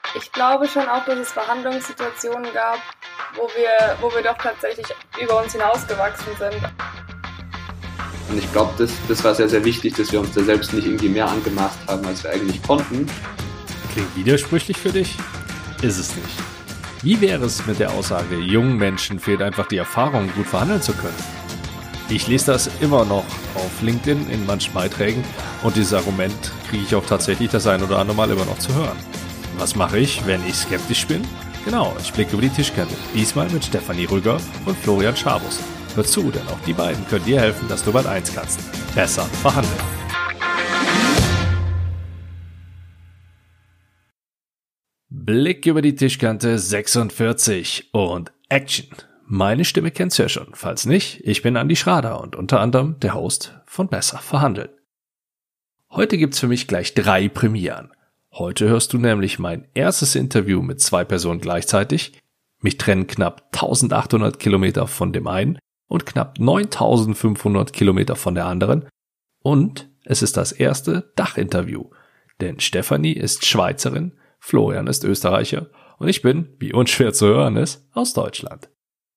Ich glaube schon auch, dass es Verhandlungssituationen gab, wo wir doch tatsächlich über uns hinausgewachsen sind. Und ich glaube, das war sehr, sehr wichtig, dass wir uns da selbst nicht irgendwie mehr angemaßt haben, als wir eigentlich konnten. Klingt widersprüchlich für dich? Ist es nicht. Wie wäre es mit der Aussage, jungen Menschen fehlt einfach die Erfahrung, gut verhandeln zu können? Ich lese das immer noch auf LinkedIn in manchen Beiträgen und dieses Argument kriege ich auch tatsächlich das ein oder andere Mal immer noch zu hören. Was mache ich, wenn ich skeptisch bin? Genau, ich blicke über die Tischkante. Diesmal mit Stefanie Rügger und Florian Schabus. Hör zu, denn auch die beiden können dir helfen, dass du bald eins kannst. Besser verhandeln. Blick über die Tischkante 46 und Action. Meine Stimme kennst du ja schon. Falls nicht, ich bin Andi Schrader und unter anderem der Host von Besser verhandeln. Heute gibt's für mich gleich 3 Premieren. Heute hörst du nämlich mein erstes Interview mit 2 Personen gleichzeitig. Mich trennen knapp 1800 Kilometer von dem einen und knapp 9500 Kilometer von der anderen. Und es ist das erste Dachinterview. Denn Stefanie ist Schweizerin, Florian ist Österreicher und ich bin, wie unschwer zu hören ist, aus Deutschland.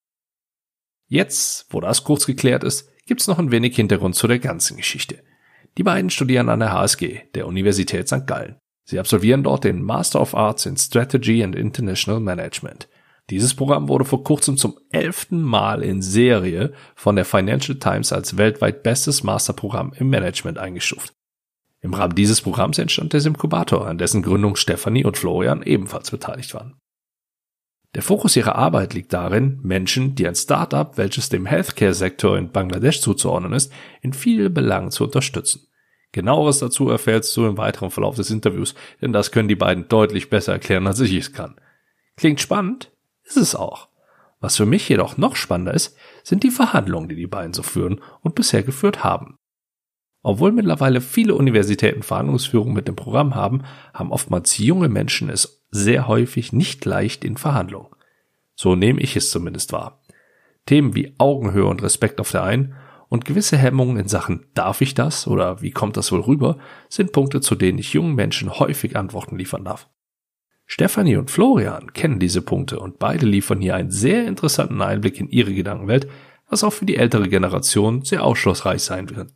Jetzt, wo das kurz geklärt ist, gibt's noch ein wenig Hintergrund zu der ganzen Geschichte. Die beiden studieren an der HSG, der Universität St. Gallen. Sie absolvieren dort den Master of Arts in Strategy and International Management. Dieses Programm wurde vor kurzem zum 11. Mal in Serie von der Financial Times als weltweit bestes Masterprogramm im Management eingestuft. Im Rahmen dieses Programms entstand der Simkubator, an dessen Gründung Stefanie und Florian ebenfalls beteiligt waren. Der Fokus ihrer Arbeit liegt darin, Menschen, die ein Start-up, welches dem Healthcare-Sektor in Bangladesch zuzuordnen ist, in vielen Belangen zu unterstützen. Genaueres dazu erfährst du im weiteren Verlauf des Interviews, denn das können die beiden deutlich besser erklären, als ich es kann. Klingt spannend? Ist es auch. Was für mich jedoch noch spannender ist, sind die Verhandlungen, die die beiden so führen und bisher geführt haben. Obwohl mittlerweile viele Universitäten Verhandlungsführung mit dem Programm haben, haben oftmals junge Menschen es sehr häufig nicht leicht in Verhandlungen. So nehme ich es zumindest wahr. Themen wie Augenhöhe und Respekt auf der einen und gewisse Hemmungen in Sachen „Darf ich das?" oder „Wie kommt das wohl rüber?" sind Punkte, zu denen ich jungen Menschen häufig Antworten liefern darf. Stefanie und Florian kennen diese Punkte und beide liefern hier einen sehr interessanten Einblick in ihre Gedankenwelt, was auch für die ältere Generation sehr aufschlussreich sein wird.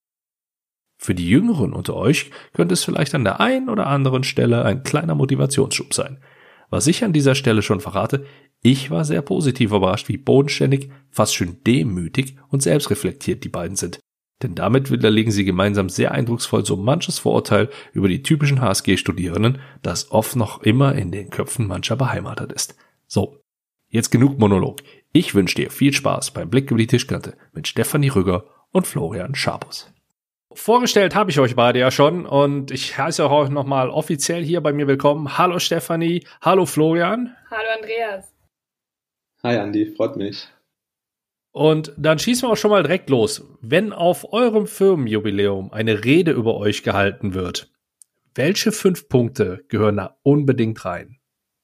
Für die Jüngeren unter euch könnte es vielleicht an der einen oder anderen Stelle ein kleiner Motivationsschub sein. Was ich an dieser Stelle schon verrate, ich war sehr positiv überrascht, wie bodenständig, fast schon demütig und selbstreflektiert die beiden sind. Denn damit widerlegen sie gemeinsam sehr eindrucksvoll so manches Vorurteil über die typischen HSG-Studierenden, das oft noch immer in den Köpfen mancher beheimatet ist. So, jetzt genug Monolog. Ich wünsche dir viel Spaß beim Blick über die Tischkante mit Stefanie Rügger und Florian Schabus. Vorgestellt habe ich euch beide ja schon und ich heiße auch nochmal offiziell hier bei mir willkommen. Hallo Stefanie, hallo Florian. Hallo Andreas. Hi Andi, freut mich. Und dann schießen wir auch schon mal direkt los. Wenn auf eurem Firmenjubiläum eine Rede über euch gehalten wird, welche 5 Punkte gehören da unbedingt rein?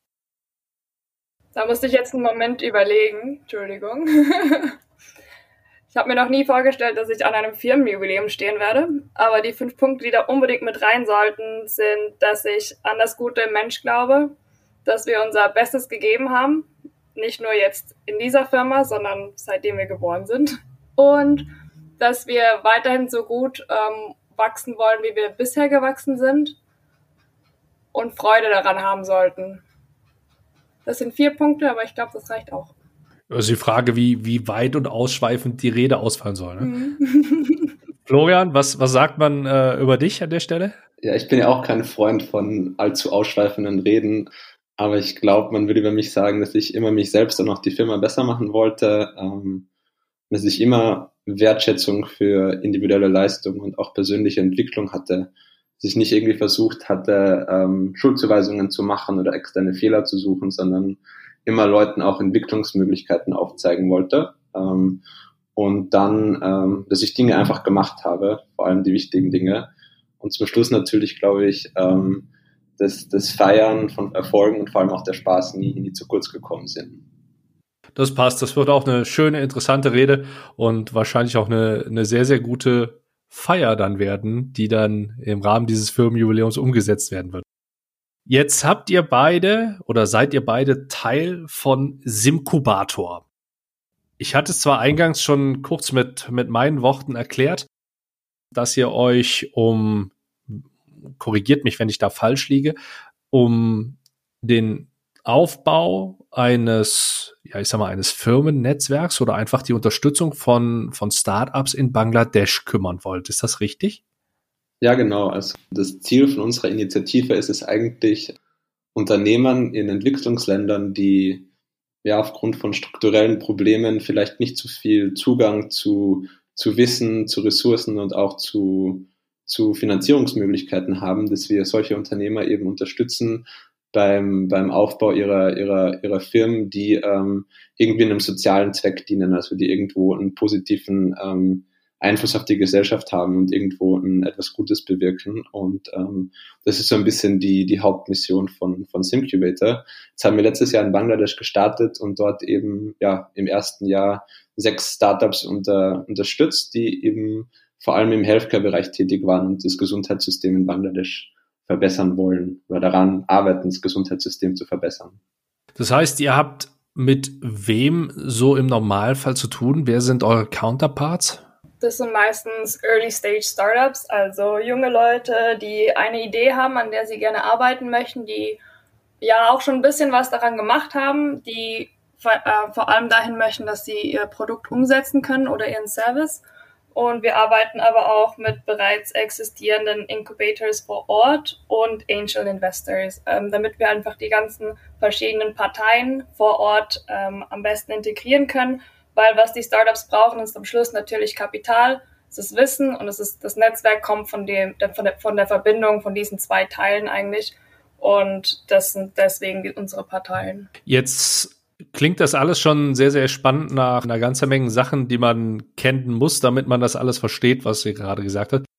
Da musste ich jetzt einen Moment überlegen. Entschuldigung. Ich habe mir noch nie vorgestellt, dass ich an einem Firmenjubiläum stehen werde. Aber die 5 Punkte, die da unbedingt mit rein sollten, sind, dass ich an das Gute im Mensch glaube, dass wir unser Bestes gegeben haben. Nicht nur jetzt in dieser Firma, sondern seitdem wir geboren sind. Und dass wir weiterhin so gut wachsen wollen, wie wir bisher gewachsen sind. Und Freude daran haben sollten. Das sind 4 Punkte, aber ich glaube, das reicht auch. Also die Frage, wie weit und ausschweifend die Rede ausfallen soll. Ne? Florian, was sagt man über dich an der Stelle? Ja, ich bin ja auch kein Freund von allzu ausschweifenden Reden, aber ich glaube, man würde über mich sagen, dass ich immer mich selbst und auch die Firma besser machen wollte, dass ich immer Wertschätzung für individuelle Leistung und auch persönliche Entwicklung hatte, dass ich nicht irgendwie versucht hatte, Schuldzuweisungen zu machen oder externe Fehler zu suchen, sondern immer Leuten auch Entwicklungsmöglichkeiten aufzeigen wollte. Und dann, dass ich Dinge einfach gemacht habe, vor allem die wichtigen Dinge. Und zum Schluss natürlich, glaube ich, das Feiern von Erfolgen und vor allem auch der Spaß nie zu kurz gekommen sind. Das passt. Das wird auch eine schöne, interessante Rede und wahrscheinlich auch eine sehr, sehr gute Feier dann werden, die dann im Rahmen dieses Firmenjubiläums umgesetzt werden wird. Jetzt habt ihr beide oder seid ihr beide Teil von Simkubator. Ich hatte es zwar eingangs schon kurz mit meinen Worten erklärt, dass ihr euch korrigiert mich, wenn ich da falsch liege, um den Aufbau eines Firmennetzwerks oder einfach die Unterstützung von Startups in Bangladesch kümmern wollt. Ist das richtig? Ja, genau. Also das Ziel von unserer Initiative ist es eigentlich, Unternehmern in Entwicklungsländern, die ja aufgrund von strukturellen Problemen vielleicht nicht so viel Zugang zu Wissen, zu Ressourcen und auch zu Finanzierungsmöglichkeiten haben, dass wir solche Unternehmer eben unterstützen beim Aufbau ihrer Firmen, die irgendwie einem sozialen Zweck dienen, also die irgendwo einen positiven Einfluss auf die Gesellschaft haben und irgendwo etwas Gutes bewirken. Und das ist so ein bisschen die Hauptmission von Simcubator. Jetzt haben wir letztes Jahr in Bangladesch gestartet und dort eben im ersten Jahr 6 Startups unterstützt, die eben vor allem im Healthcare-Bereich tätig waren und das Gesundheitssystem in Bangladesch verbessern wollen oder daran arbeiten, das Gesundheitssystem zu verbessern. Das heißt, ihr habt mit wem so im Normalfall zu tun? Wer sind eure Counterparts? Das sind meistens Early-Stage-Startups, also junge Leute, die eine Idee haben, an der sie gerne arbeiten möchten, die ja auch schon ein bisschen was daran gemacht haben, die vor allem dahin möchten, dass sie ihr Produkt umsetzen können oder ihren Service. Und wir arbeiten aber auch mit bereits existierenden Incubators vor Ort und Angel Investors, damit wir einfach die ganzen verschiedenen Parteien vor Ort am besten integrieren können. Weil was die Startups brauchen, ist am Schluss natürlich Kapital, es ist Wissen und das Netzwerk kommt von der Verbindung von diesen 2 Teilen eigentlich. Und das sind deswegen unsere Parteien. Jetzt klingt das alles schon sehr, sehr spannend nach einer ganzen Menge Sachen, die man kennen muss, damit man das alles versteht, was sie gerade gesagt hat.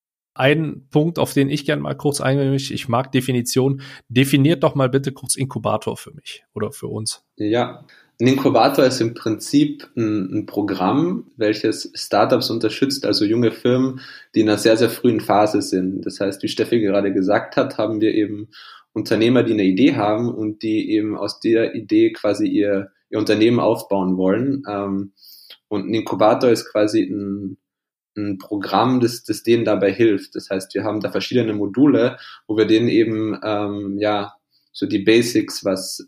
Ein Punkt, auf den ich gerne mal kurz eingehen möchte, ich mag Definition. Definiert doch mal bitte kurz Inkubator für mich oder für uns. Ja, ein Inkubator ist im Prinzip ein Programm, welches Startups unterstützt, also junge Firmen, die in einer sehr, sehr frühen Phase sind. Das heißt, wie Steffi gerade gesagt hat, haben wir eben Unternehmer, die eine Idee haben und die eben aus der Idee quasi ihr Unternehmen aufbauen wollen. Und ein Inkubator ist quasi ein Programm, das denen dabei hilft. Das heißt, wir haben da verschiedene Module, wo wir denen eben so die Basics, was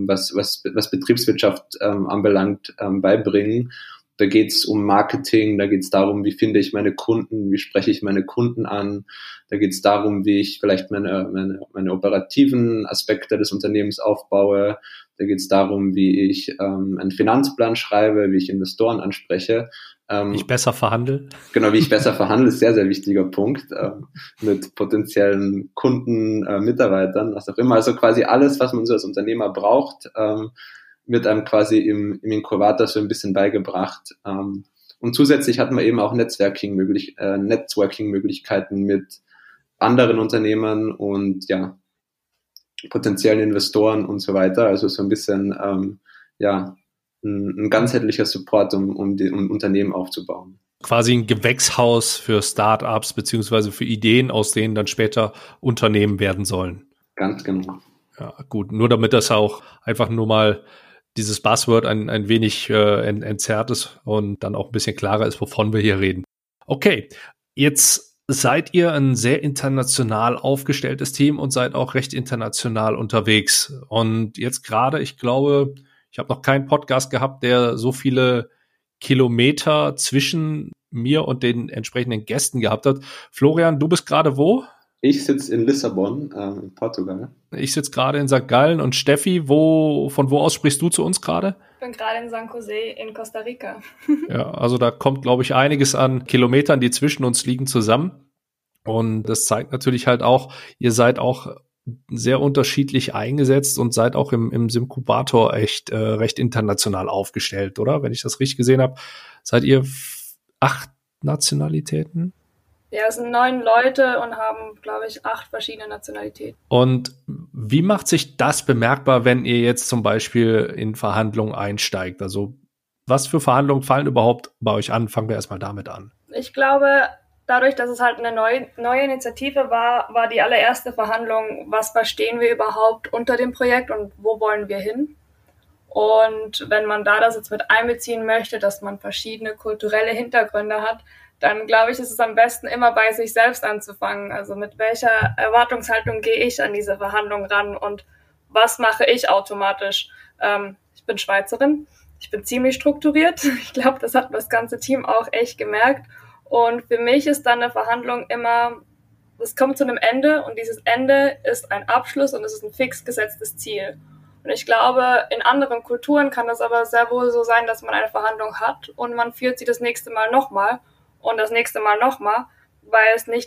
Betriebswirtschaft anbelangt, beibringen. Da geht's um Marketing, da geht's darum, wie finde ich meine Kunden, wie spreche ich meine Kunden an. Da geht's darum, wie ich vielleicht meine operativen Aspekte des Unternehmens aufbaue. Da geht's darum, wie ich einen Finanzplan schreibe, wie ich Investoren anspreche. Wie ich besser verhandle. Genau, wie ich besser verhandle, ist sehr, sehr wichtiger Punkt. Mit potenziellen Kunden, Mitarbeitern, was auch immer. Also quasi alles, was man so als Unternehmer braucht, wird einem quasi im Inkubator so ein bisschen beigebracht. Und zusätzlich hat man eben auch Netzworking-Möglichkeiten mit anderen Unternehmern und potenziellen Investoren und so weiter. Also so ein bisschen ein ganzheitlicher Support, um Unternehmen aufzubauen. Quasi ein Gewächshaus für Startups beziehungsweise für Ideen, aus denen dann später Unternehmen werden sollen. Ganz genau. Ja, gut. Nur damit das auch einfach nur mal dieses Buzzword ein wenig entzerrt ist und dann auch ein bisschen klarer ist, wovon wir hier reden. Okay, jetzt seid ihr ein sehr international aufgestelltes Team und seid auch recht international unterwegs. Und jetzt gerade, ich glaube, ich habe noch keinen Podcast gehabt, der so viele Kilometer zwischen mir und den entsprechenden Gästen gehabt hat. Florian, du bist gerade wo? Ich sitze in Lissabon, in Portugal. Ich sitze gerade in St. Gallen. Und Steffi, von wo aus sprichst du zu uns gerade? Ich bin gerade in San Jose in Costa Rica. Ja, also da kommt, glaube ich, einiges an Kilometern, die zwischen uns liegen, zusammen. Und das zeigt natürlich halt auch, ihr seid auch sehr unterschiedlich eingesetzt und seid auch im Simkubator echt recht international aufgestellt, oder? Wenn ich das richtig gesehen habe, seid ihr 8 Nationalitäten? Ja, es sind 9 Leute und haben, glaube ich, 8 verschiedene Nationalitäten. Und wie macht sich das bemerkbar, wenn ihr jetzt zum Beispiel in Verhandlungen einsteigt? Also was für Verhandlungen fallen überhaupt bei euch an? Fangen wir erstmal damit an. Ich glaube, dadurch, dass es halt eine neue Initiative war die allererste Verhandlung, was verstehen wir überhaupt unter dem Projekt und wo wollen wir hin? Und wenn man da das jetzt mit einbeziehen möchte, dass man verschiedene kulturelle Hintergründe hat, dann glaube ich, ist es am besten immer bei sich selbst anzufangen. Also mit welcher Erwartungshaltung gehe ich an diese Verhandlung ran und was mache ich automatisch? Ich bin Schweizerin, ich bin ziemlich strukturiert. Ich glaube, das hat das ganze Team auch echt gemerkt. Und für mich ist dann eine Verhandlung immer, es kommt zu einem Ende und dieses Ende ist ein Abschluss und es ist ein fix gesetztes Ziel. Und ich glaube, in anderen Kulturen kann das aber sehr wohl so sein, dass man eine Verhandlung hat und man führt sie das nächste Mal nochmal und das nächste Mal nochmal, weil es nicht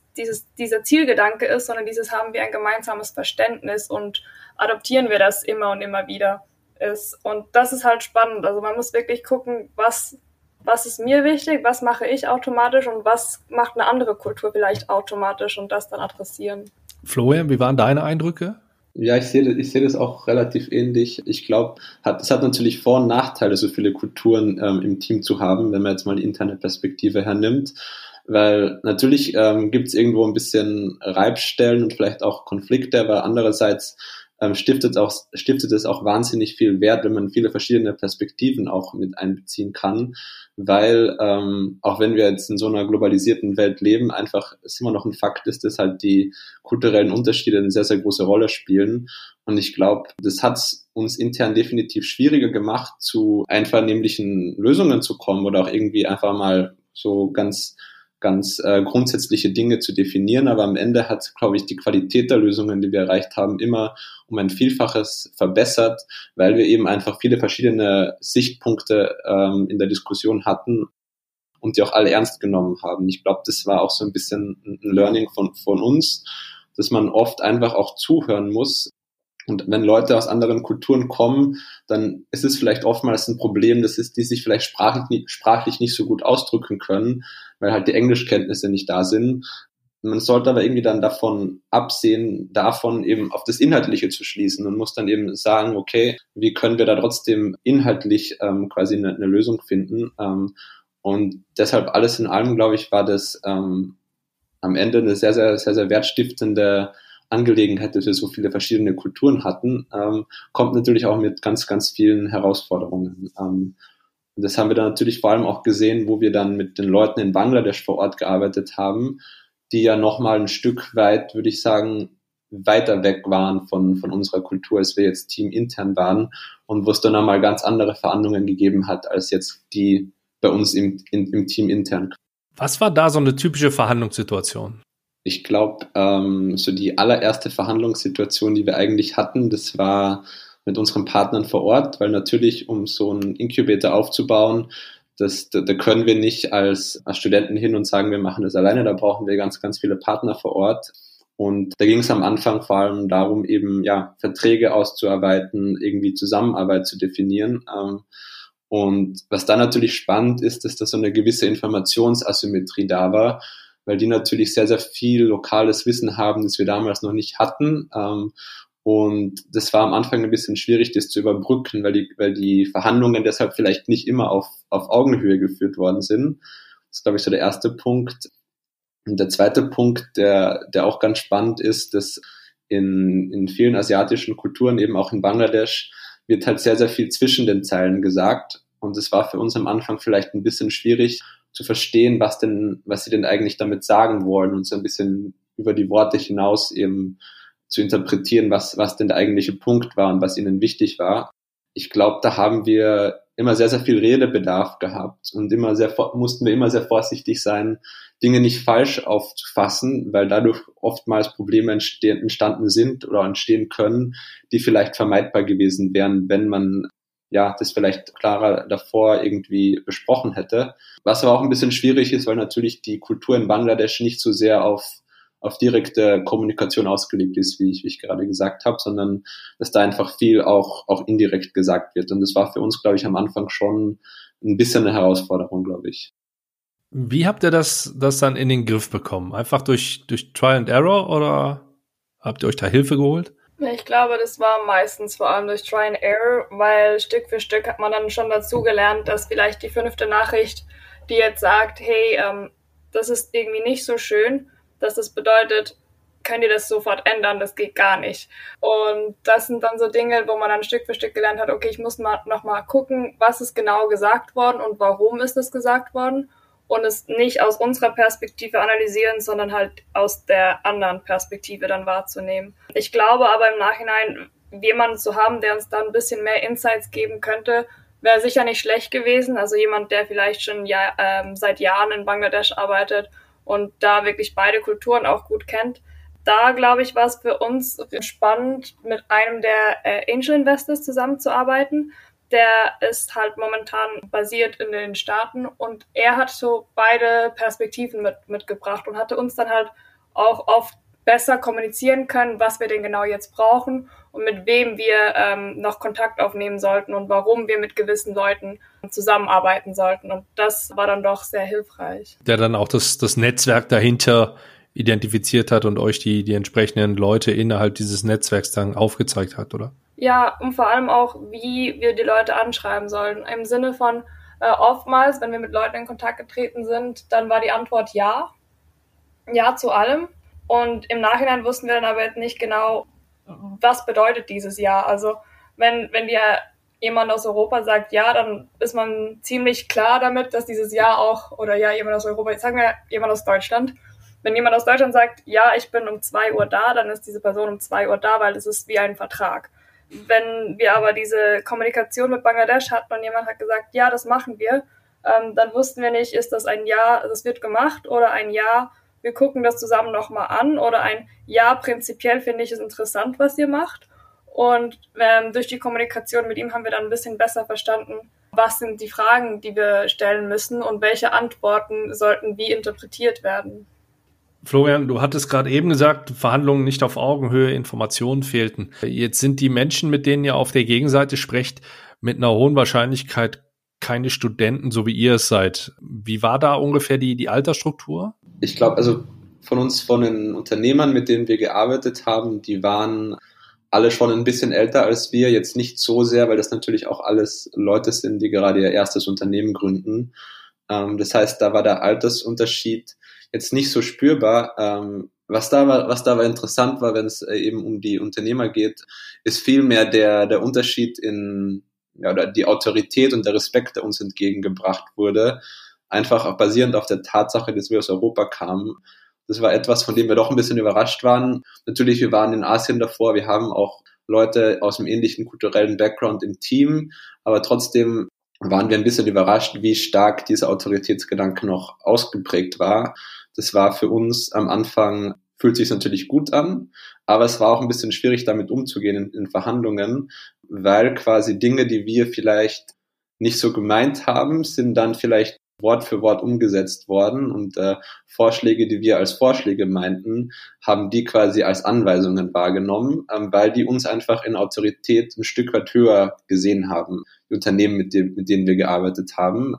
dieser Zielgedanke ist, sondern haben wir ein gemeinsames Verständnis und adoptieren wir das immer und immer wieder ist. Und das ist halt spannend. Also man muss wirklich gucken, was ist mir wichtig, was mache ich automatisch und was macht eine andere Kultur vielleicht automatisch und das dann adressieren. Florian, wie waren deine Eindrücke? Ja, ich sehe das auch relativ ähnlich. Ich glaube, es hat natürlich Vor- und Nachteile, so viele Kulturen im Team zu haben, wenn man jetzt mal die interne Perspektive hernimmt. Weil natürlich gibt es irgendwo ein bisschen Reibstellen und vielleicht auch Konflikte, aber andererseits stiftet es auch wahnsinnig viel Wert, wenn man viele verschiedene Perspektiven auch mit einbeziehen kann, weil auch wenn wir jetzt in so einer globalisierten Welt leben, einfach es immer noch ein Fakt ist, dass halt die kulturellen Unterschiede eine sehr, sehr große Rolle spielen. Und ich glaube, das hat uns intern definitiv schwieriger gemacht, zu einvernehmlichen Lösungen zu kommen oder auch irgendwie einfach mal so ganz grundsätzliche Dinge zu definieren, aber am Ende hat, glaube ich, die Qualität der Lösungen, die wir erreicht haben, immer um ein Vielfaches verbessert, weil wir eben einfach viele verschiedene Sichtpunkte in der Diskussion hatten und die auch alle ernst genommen haben. Ich glaube, das war auch so ein bisschen ein Learning von uns, dass man oft einfach auch zuhören muss. Und wenn Leute aus anderen Kulturen kommen, dann ist es vielleicht oftmals ein Problem, die sich vielleicht sprachlich nicht so gut ausdrücken können, weil halt die Englischkenntnisse nicht da sind. Man sollte aber irgendwie dann davon absehen, eben auf das Inhaltliche zu schließen und muss dann eben sagen, okay, wie können wir da trotzdem inhaltlich quasi eine Lösung finden? Und deshalb alles in allem, glaube ich, war das am Ende eine sehr, sehr, sehr, sehr wertstiftende Angelegenheit, dass wir so viele verschiedene Kulturen hatten, kommt natürlich auch mit ganz, ganz vielen Herausforderungen. Und das haben wir dann natürlich vor allem auch gesehen, wo wir dann mit den Leuten in Bangladesch vor Ort gearbeitet haben, die ja nochmal ein Stück weit, würde ich sagen, weiter weg waren von unserer Kultur, als wir jetzt teamintern waren und wo es dann einmal ganz andere Verhandlungen gegeben hat, als jetzt die bei uns im Team intern. Was war da so eine typische Verhandlungssituation? Ich glaube, so die allererste Verhandlungssituation, die wir eigentlich hatten, das war mit unseren Partnern vor Ort, weil natürlich, um so einen Incubator aufzubauen, da können wir nicht als Studenten hin und sagen, wir machen das alleine, da brauchen wir ganz, ganz viele Partner vor Ort. Und da ging es am Anfang vor allem darum, eben Verträge auszuarbeiten, irgendwie Zusammenarbeit zu definieren. Und was da natürlich spannend ist, dass da so eine gewisse Informationsasymmetrie da war, weil die natürlich sehr, sehr viel lokales Wissen haben, das wir damals noch nicht hatten. Und das war am Anfang ein bisschen schwierig, das zu überbrücken, weil die Verhandlungen deshalb vielleicht nicht immer auf Augenhöhe geführt worden sind. Das ist, glaube ich, so der erste Punkt. Und der zweite Punkt, der auch ganz spannend ist, dass in vielen asiatischen Kulturen, eben auch in Bangladesch, wird halt sehr, sehr viel zwischen den Zeilen gesagt. Und es war für uns am Anfang vielleicht ein bisschen schwierig zu verstehen, was sie denn eigentlich damit sagen wollen und so ein bisschen über die Worte hinaus eben zu interpretieren, was denn der eigentliche Punkt war und was ihnen wichtig war. Ich glaube, da haben wir immer sehr, sehr viel Redebedarf gehabt und mussten wir immer sehr vorsichtig sein, Dinge nicht falsch aufzufassen, weil dadurch oftmals Probleme entstanden sind oder entstehen können, die vielleicht vermeidbar gewesen wären, wenn man das vielleicht klarer davor irgendwie besprochen hätte. Was aber auch ein bisschen schwierig ist, weil natürlich die Kultur in Bangladesch nicht so sehr auf direkte Kommunikation ausgelegt ist, wie ich gerade gesagt habe, sondern dass da einfach viel auch indirekt gesagt wird. Und das war für uns, glaube ich, am Anfang schon ein bisschen eine Herausforderung, glaube ich. Wie habt ihr das dann in den Griff bekommen? Einfach durch Trial and Error oder habt ihr euch da Hilfe geholt? Ich glaube, das war meistens vor allem durch Try and Error, weil Stück für Stück hat man dann schon dazu gelernt, dass vielleicht die 5. Nachricht, die jetzt sagt, hey, das ist irgendwie nicht so schön, dass das bedeutet, könnt ihr das sofort ändern, das geht gar nicht. Und das sind dann so Dinge, wo man dann Stück für Stück gelernt hat, okay, ich muss noch mal gucken, was ist genau gesagt worden und warum ist es gesagt worden und es nicht aus unserer Perspektive analysieren, sondern halt aus der anderen Perspektive dann wahrzunehmen. Ich glaube aber im Nachhinein, jemanden zu haben, der uns dann ein bisschen mehr Insights geben könnte, wäre sicher nicht schlecht gewesen. Also jemand, der vielleicht schon seit Jahren in Bangladesch arbeitet und da wirklich beide Kulturen auch gut kennt. Da, glaube ich, war es für uns spannend, mit einem der Angel Investors zusammenzuarbeiten. Der ist halt momentan basiert in den Staaten und er hat so beide Perspektiven mitgebracht und hatte uns dann halt auch oft besser kommunizieren können, was wir denn genau jetzt brauchen und mit wem wir noch Kontakt aufnehmen sollten und warum wir mit gewissen Leuten zusammenarbeiten sollten. Und das war dann doch sehr hilfreich. Der dann auch das Netzwerk dahinter identifiziert hat und euch die entsprechenden Leute innerhalb dieses Netzwerks dann aufgezeigt hat, oder? Ja, und vor allem auch, wie wir die Leute anschreiben sollen. Im Sinne von oftmals, wenn wir mit Leuten in Kontakt getreten sind, dann war die Antwort ja. Ja zu allem. Und im Nachhinein wussten wir dann aber nicht genau, was bedeutet dieses Ja. Also wenn dir jemand aus Europa sagt ja, dann ist man ziemlich klar damit, dass dieses Ja auch, oder ja, jemand aus Europa, jetzt sagen wir jemand aus Deutschland. Wenn jemand aus Deutschland sagt, ja, ich bin um 2 Uhr da, dann ist diese Person um 2 Uhr da, weil das ist wie ein Vertrag. Wenn wir aber diese Kommunikation mit Bangladesch hatten und jemand hat gesagt, ja, das machen wir, dann wussten wir nicht, ist das ein Ja, das wird gemacht, oder ein Ja, wir gucken das zusammen nochmal an, oder ein Ja, prinzipiell finde ich es interessant, was ihr macht. Und durch die Kommunikation mit ihm haben wir dann ein bisschen besser verstanden, was sind die Fragen, die wir stellen müssen und welche Antworten sollten wie interpretiert werden. Florian, du hattest gerade eben gesagt, Verhandlungen nicht auf Augenhöhe, Informationen fehlten. Jetzt sind die Menschen, mit denen ihr auf der Gegenseite sprecht, mit einer hohen Wahrscheinlichkeit keine Studenten, so wie ihr es seid. Wie war da ungefähr die Altersstruktur? Ich glaube, also von den Unternehmern, mit denen wir gearbeitet haben, die waren alle schon ein bisschen älter als wir, jetzt nicht so sehr, weil das natürlich auch alles Leute sind, die gerade ihr erstes Unternehmen gründen. Das heißt, da war der Altersunterschied jetzt nicht so spürbar. Was da aber interessant war, wenn es eben um die Unternehmer geht, ist vielmehr der Unterschied oder die Autorität und der Respekt, der uns entgegengebracht wurde, einfach auch basierend auf der Tatsache, dass wir aus Europa kamen. Das war etwas, von dem wir doch ein bisschen überrascht waren. Natürlich, wir waren in Asien davor, wir haben auch Leute aus einem ähnlichen kulturellen Background im Team, aber trotzdem waren wir ein bisschen überrascht, wie stark dieser Autoritätsgedanke noch ausgeprägt war. Das war für uns am Anfang, fühlt sich natürlich gut an, aber es war auch ein bisschen schwierig, damit umzugehen in Verhandlungen, weil quasi Dinge, die wir vielleicht nicht so gemeint haben, sind dann vielleicht Wort für Wort umgesetzt worden und Vorschläge, die wir als Vorschläge meinten, haben die quasi als Anweisungen wahrgenommen, weil die uns einfach in Autorität ein Stück weit höher gesehen haben, die Unternehmen, mit denen wir gearbeitet haben.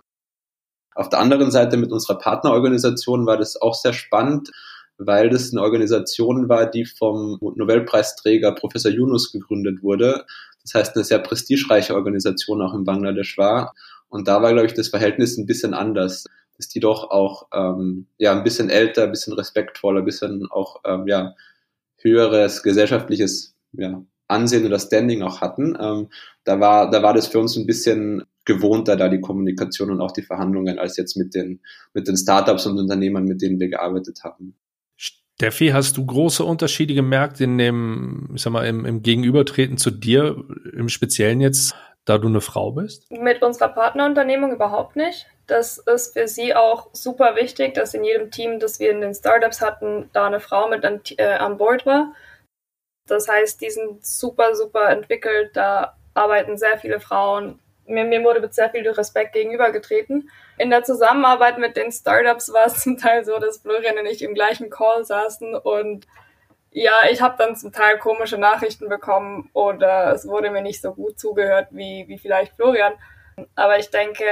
Auf der anderen Seite mit unserer Partnerorganisation war das auch sehr spannend, weil das eine Organisation war, die vom Nobelpreisträger Professor Yunus gegründet wurde. Das heißt, eine sehr prestigereiche Organisation auch in Bangladesch war. Und da war, glaube ich, das Verhältnis ein bisschen anders, dass die doch auch ein bisschen älter, ein bisschen respektvoller, ein bisschen auch höheres gesellschaftliches Ansehen oder Standing auch hatten. Da war das für uns ein bisschen gewohnter, da die Kommunikation und auch die Verhandlungen, als jetzt mit den Startups und Unternehmern, mit denen wir gearbeitet haben. Steffi, hast du große Unterschiede gemerkt im Gegenübertreten zu dir, im Speziellen jetzt, da du eine Frau bist? Mit unserer Partnerunternehmung überhaupt nicht. Das ist für sie auch super wichtig, dass in jedem Team, das wir in den Startups hatten, da eine Frau mit an Bord war. Das heißt, die sind super, super entwickelt, da arbeiten sehr viele Frauen. Mir wurde mit sehr viel Respekt gegenübergetreten. In der Zusammenarbeit mit den Startups war es zum Teil so, dass Florian und ich im gleichen Call saßen und ja, ich habe dann zum Teil komische Nachrichten bekommen oder es wurde mir nicht so gut zugehört wie vielleicht Florian. Aber ich denke,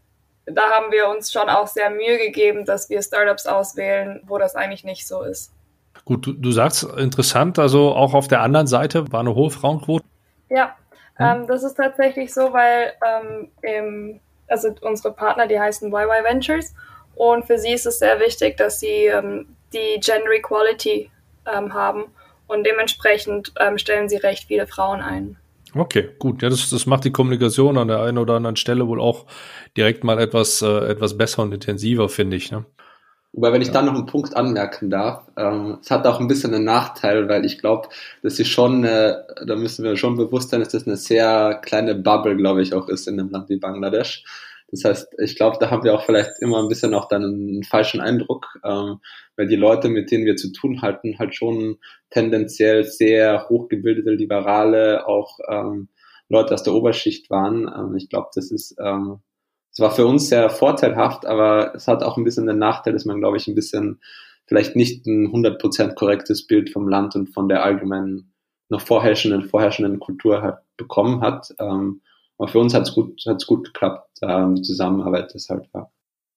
da haben wir uns schon auch sehr Mühe gegeben, dass wir Startups auswählen, wo das eigentlich nicht so ist. Gut, du sagst interessant, also auch auf der anderen Seite war eine hohe Frauenquote. Ja, das ist tatsächlich so, weil unsere Partner, die heißen YY Ventures Und für sie ist es sehr wichtig, dass sie die Gender Equality haben. Und dementsprechend stellen sie recht viele Frauen ein. Okay, gut. Ja, das macht die Kommunikation an der einen oder anderen Stelle wohl auch direkt mal etwas besser und intensiver, finde ich. Ne? Wobei, wenn ich da noch einen Punkt anmerken darf, es hat auch ein bisschen einen Nachteil, weil ich glaube, das ist schon, da müssen wir schon bewusst sein, dass das eine sehr kleine Bubble, glaube ich, auch ist in einem Land wie Bangladesch. Das heißt, ich glaube, da haben wir auch vielleicht immer ein bisschen auch dann einen falschen Eindruck, weil die Leute, mit denen wir zu tun hatten, halt schon tendenziell sehr hochgebildete, liberale, auch Leute aus der Oberschicht waren. Ich glaube, es war für uns sehr vorteilhaft, aber es hat auch ein bisschen den Nachteil, dass man, glaube ich, ein bisschen vielleicht nicht ein 100% korrektes Bild vom Land und von der allgemeinen noch vorherrschenden Kultur halt bekommen hat. Aber für uns hat's gut geklappt, die Zusammenarbeit deshalb, ja.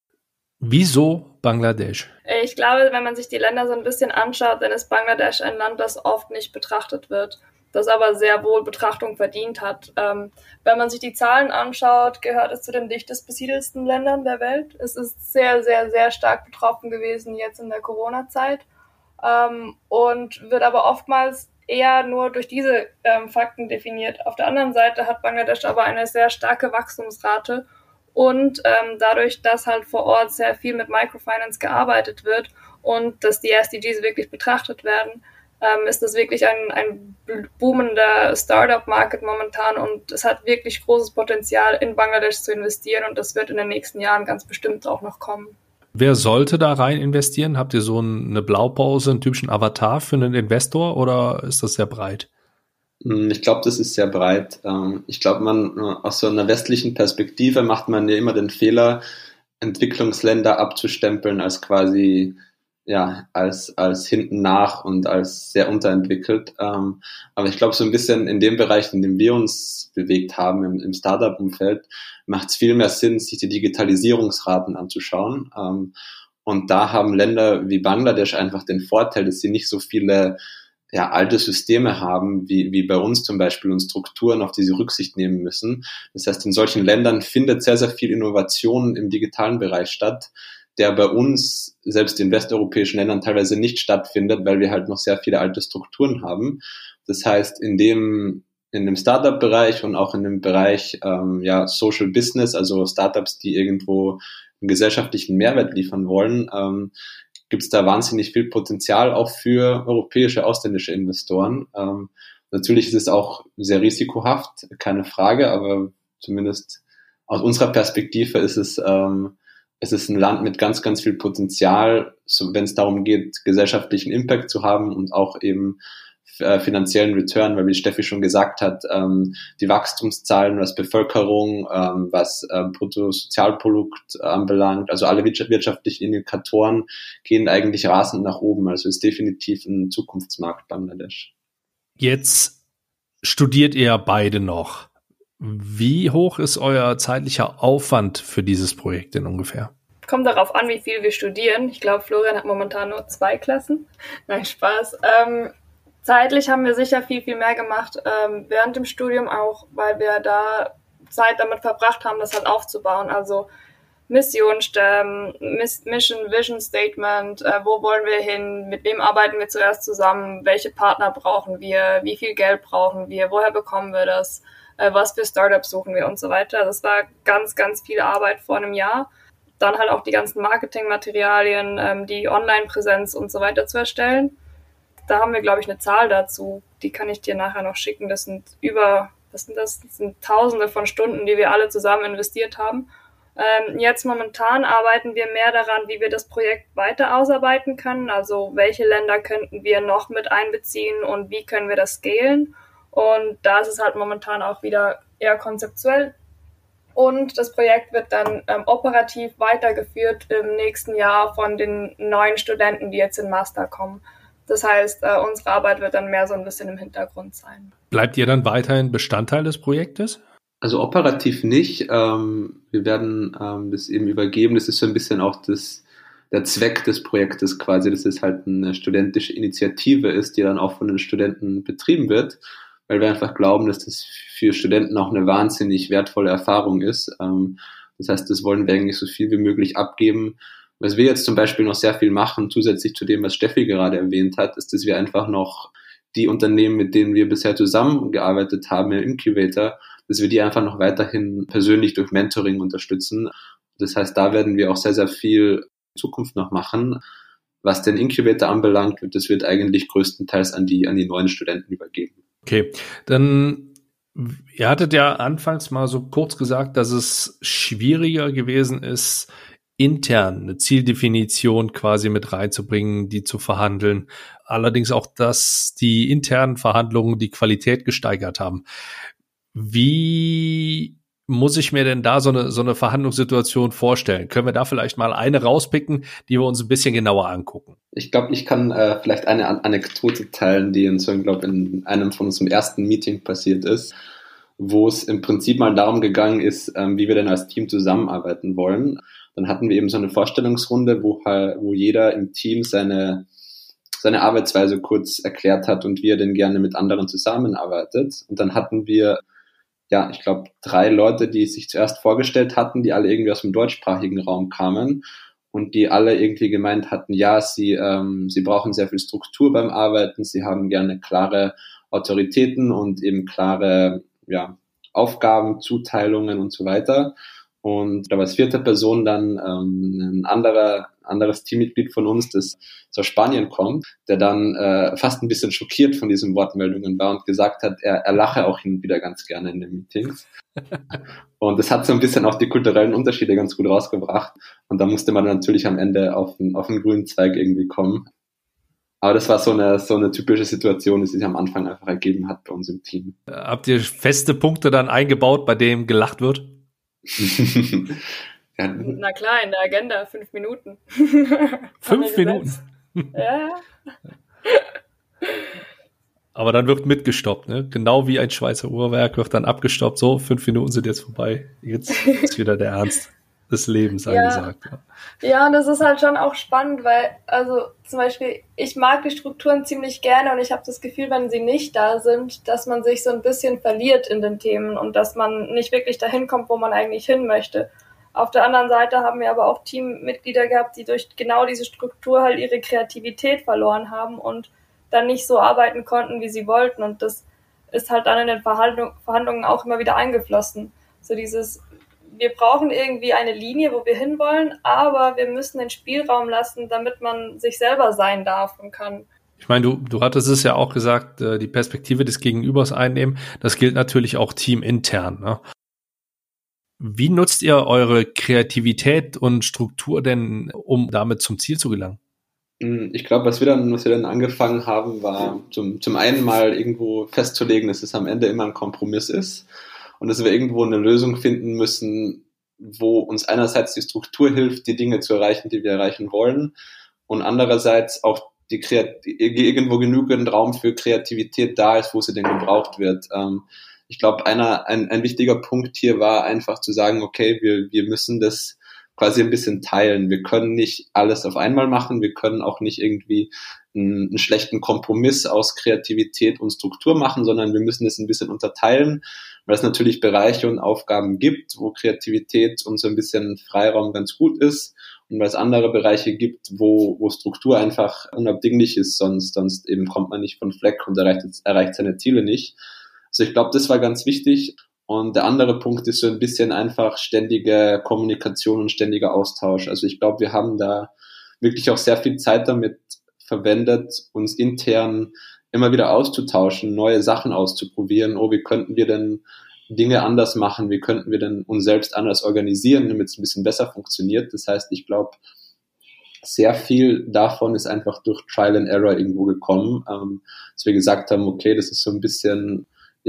Wieso Bangladesch? Ich glaube, wenn man sich die Länder so ein bisschen anschaut, dann ist Bangladesch ein Land, das oft nicht betrachtet wird, das aber sehr wohl Betrachtung verdient hat. Wenn man sich die Zahlen anschaut, gehört es zu den dichtest besiedelsten Ländern der Welt. Es ist sehr, sehr, sehr stark betroffen gewesen jetzt in der Corona-Zeit und wird aber oftmals eher nur durch diese Fakten definiert. Auf der anderen Seite hat Bangladesch aber eine sehr starke Wachstumsrate und dadurch, dass halt vor Ort sehr viel mit Microfinance gearbeitet wird und dass die SDGs wirklich betrachtet werden, ist das wirklich ein boomender Startup-Market momentan und es hat wirklich großes Potenzial, in Bangladesch zu investieren und das wird in den nächsten Jahren ganz bestimmt auch noch kommen. Wer sollte da rein investieren? Habt ihr so eine Blaupause, einen typischen Avatar für einen Investor oder ist das sehr breit? Ich glaube, das ist sehr breit. Ich glaube, aus so einer westlichen Perspektive macht man ja immer den Fehler, Entwicklungsländer abzustempeln als quasi, ja, als hinten nach und als sehr unterentwickelt. Aber ich glaube, so ein bisschen in dem Bereich, in dem wir uns bewegt haben, im Startup-Umfeld, macht es viel mehr Sinn, sich die Digitalisierungsraten anzuschauen. Und da haben Länder wie Bangladesch einfach den Vorteil, dass sie nicht so viele alte Systeme haben, wie bei uns zum Beispiel und Strukturen, auf die sie Rücksicht nehmen müssen. Das heißt, in solchen Ländern findet sehr, sehr viel Innovation im digitalen Bereich statt, der bei uns, selbst in westeuropäischen Ländern, teilweise nicht stattfindet, weil wir halt noch sehr viele alte Strukturen haben. Das heißt, in dem Startup-Bereich und auch in dem Bereich Social Business, also Startups, die irgendwo einen gesellschaftlichen Mehrwert liefern wollen, gibt es da wahnsinnig viel Potenzial auch für europäische, ausländische Investoren. Natürlich ist es auch sehr risikohaft, keine Frage, aber zumindest aus unserer Perspektive ist es ein Land mit ganz, ganz viel Potenzial, so, wenn es darum geht, gesellschaftlichen Impact zu haben und auch eben finanziellen Return, weil wie Steffi schon gesagt hat, die Wachstumszahlen, was Bevölkerung, was Bruttosozialprodukt anbelangt, also alle wirtschaftlichen Indikatoren gehen eigentlich rasend nach oben. Also ist definitiv ein Zukunftsmarkt Bangladesch. Jetzt studiert ihr beide noch. Wie hoch ist euer zeitlicher Aufwand für dieses Projekt denn ungefähr? Kommt darauf an, wie viel wir studieren. Ich glaube, Florian hat momentan nur 2 Klassen. Nein, Spaß. Zeitlich haben wir sicher viel, viel mehr gemacht, während dem Studium auch, weil wir da Zeit damit verbracht haben, das halt aufzubauen. Also Mission stemmen, Mission, Vision Statement, wo wollen wir hin, mit wem arbeiten wir zuerst zusammen, welche Partner brauchen wir, wie viel Geld brauchen wir, woher bekommen wir das, was für Startups suchen wir und so weiter. Das war ganz, ganz viel Arbeit vor einem Jahr. Dann halt auch die ganzen Marketingmaterialien, die Online-Präsenz und so weiter zu erstellen. Da haben wir, glaube ich, eine Zahl dazu. Die kann ich dir nachher noch schicken. Das sind Tausende von Stunden, die wir alle zusammen investiert haben. Jetzt momentan arbeiten wir mehr daran, wie wir das Projekt weiter ausarbeiten können. Also welche Länder könnten wir noch mit einbeziehen und wie können wir das scalen. Und da ist es halt momentan auch wieder eher konzeptuell. Und das Projekt wird dann operativ weitergeführt im nächsten Jahr von den neuen Studenten, die jetzt in Master kommen. Das heißt, unsere Arbeit wird dann mehr so ein bisschen im Hintergrund sein. Bleibt ihr dann weiterhin Bestandteil des Projektes? Also operativ nicht. Wir werden das eben übergeben. Das ist so ein bisschen auch der Zweck des Projektes quasi, dass es halt eine studentische Initiative ist, die dann auch von den Studenten betrieben wird, weil wir einfach glauben, dass das für Studenten auch eine wahnsinnig wertvolle Erfahrung ist. Das heißt, das wollen wir eigentlich so viel wie möglich abgeben, Was wir jetzt zum Beispiel noch sehr viel machen, zusätzlich zu dem, was Steffi gerade erwähnt hat, ist, dass wir einfach noch die Unternehmen, mit denen wir bisher zusammengearbeitet haben im Incubator, dass wir die einfach noch weiterhin persönlich durch Mentoring unterstützen. Das heißt, da werden wir auch sehr, sehr viel in Zukunft noch machen. Was den Incubator anbelangt, das wird eigentlich größtenteils an die neuen Studenten übergeben. Okay, dann ihr hattet ja anfangs mal so kurz gesagt, dass es schwieriger gewesen ist, intern eine Zieldefinition quasi mit reinzubringen, die zu verhandeln. Allerdings auch, dass die internen Verhandlungen die Qualität gesteigert haben. Wie muss ich mir denn da so eine Verhandlungssituation vorstellen? Können wir da vielleicht mal eine rauspicken, die wir uns ein bisschen genauer angucken? Ich glaube, ich kann vielleicht eine Anekdote teilen, die uns, glaube in einem von unserem ersten Meeting passiert ist, wo es im Prinzip mal darum gegangen ist, wie wir denn als Team zusammenarbeiten wollen. Dann hatten wir eben so eine Vorstellungsrunde, wo jeder im Team seine Arbeitsweise kurz erklärt hat und wie er denn gerne mit anderen zusammenarbeitet. Und dann hatten wir, ja, ich glaube, 3 Leute, die sich zuerst vorgestellt hatten, die alle irgendwie aus dem deutschsprachigen Raum kamen und die alle irgendwie gemeint hatten, ja, sie brauchen sehr viel Struktur beim Arbeiten, sie haben gerne klare Autoritäten und eben klare, ja, Aufgaben, Zuteilungen und so weiter. Und da war als 4. Person dann ein anderes Teammitglied von uns, das aus Spanien kommt, der dann fast ein bisschen schockiert von diesen Wortmeldungen war und gesagt hat, er lache auch hin und wieder ganz gerne in den Meetings. Und das hat so ein bisschen auch die kulturellen Unterschiede ganz gut rausgebracht. Und da musste man natürlich am Ende auf den grünen Zweig irgendwie kommen. Aber das war so eine typische Situation, die sich am Anfang einfach ergeben hat bei uns im Team. Habt ihr feste Punkte dann eingebaut, bei denen gelacht wird? Ja. Na klar, in der Agenda 5 Minuten. 5 Minuten? Ja. Aber dann wird mitgestoppt, ne? Genau wie ein Schweizer Uhrwerk wird dann abgestoppt. So, 5 Minuten sind jetzt vorbei. Jetzt ist wieder der Ernst des Lebens angesagt. Ja, und das ist halt schon auch spannend, weil, also zum Beispiel, ich mag die Strukturen ziemlich gerne und ich habe das Gefühl, wenn sie nicht da sind, dass man sich so ein bisschen verliert in den Themen und dass man nicht wirklich dahin kommt, wo man eigentlich hin möchte. Auf der anderen Seite haben wir aber auch Teammitglieder gehabt, die durch genau diese Struktur halt ihre Kreativität verloren haben und dann nicht so arbeiten konnten, wie sie wollten. Und das ist halt dann in den Verhandlungen auch immer wieder eingeflossen. So dieses, wir brauchen irgendwie eine Linie, wo wir hinwollen, aber wir müssen den Spielraum lassen, damit man sich selber sein darf und kann. Ich meine, du hattest es ja auch gesagt, die Perspektive des Gegenübers einnehmen. Das gilt natürlich auch teamintern, ne? Wie nutzt ihr eure Kreativität und Struktur denn, um damit zum Ziel zu gelangen? Ich glaube, was wir dann angefangen haben, war zum einen mal irgendwo festzulegen, dass es am Ende immer ein Kompromiss ist und dass wir irgendwo eine Lösung finden müssen, wo uns einerseits die Struktur hilft, die Dinge zu erreichen, die wir erreichen wollen, und andererseits auch irgendwo genügend Raum für Kreativität da ist, wo sie denn gebraucht wird. Ich glaube, ein wichtiger Punkt hier war einfach zu sagen, okay, wir müssen das quasi ein bisschen teilen. Wir können nicht alles auf einmal machen. Wir können auch nicht irgendwie einen schlechten Kompromiss aus Kreativität und Struktur machen, sondern wir müssen es ein bisschen unterteilen, weil es natürlich Bereiche und Aufgaben gibt, wo Kreativität und so ein bisschen Freiraum ganz gut ist, und weil es andere Bereiche gibt, wo Struktur einfach unabdinglich ist, sonst eben kommt man nicht von Fleck und erreicht seine Ziele nicht. Also ich glaube, das war ganz wichtig. Und der andere Punkt ist so ein bisschen einfach ständige Kommunikation und ständiger Austausch. Also ich glaube, wir haben da wirklich auch sehr viel Zeit damit verwendet, uns intern immer wieder auszutauschen, neue Sachen auszuprobieren. Oh, wie könnten wir denn Dinge anders machen? Wie könnten wir denn uns selbst anders organisieren, damit es ein bisschen besser funktioniert? Das heißt, ich glaube, sehr viel davon ist einfach durch Trial and Error irgendwo gekommen, dass wir gesagt haben, okay, das ist so ein bisschen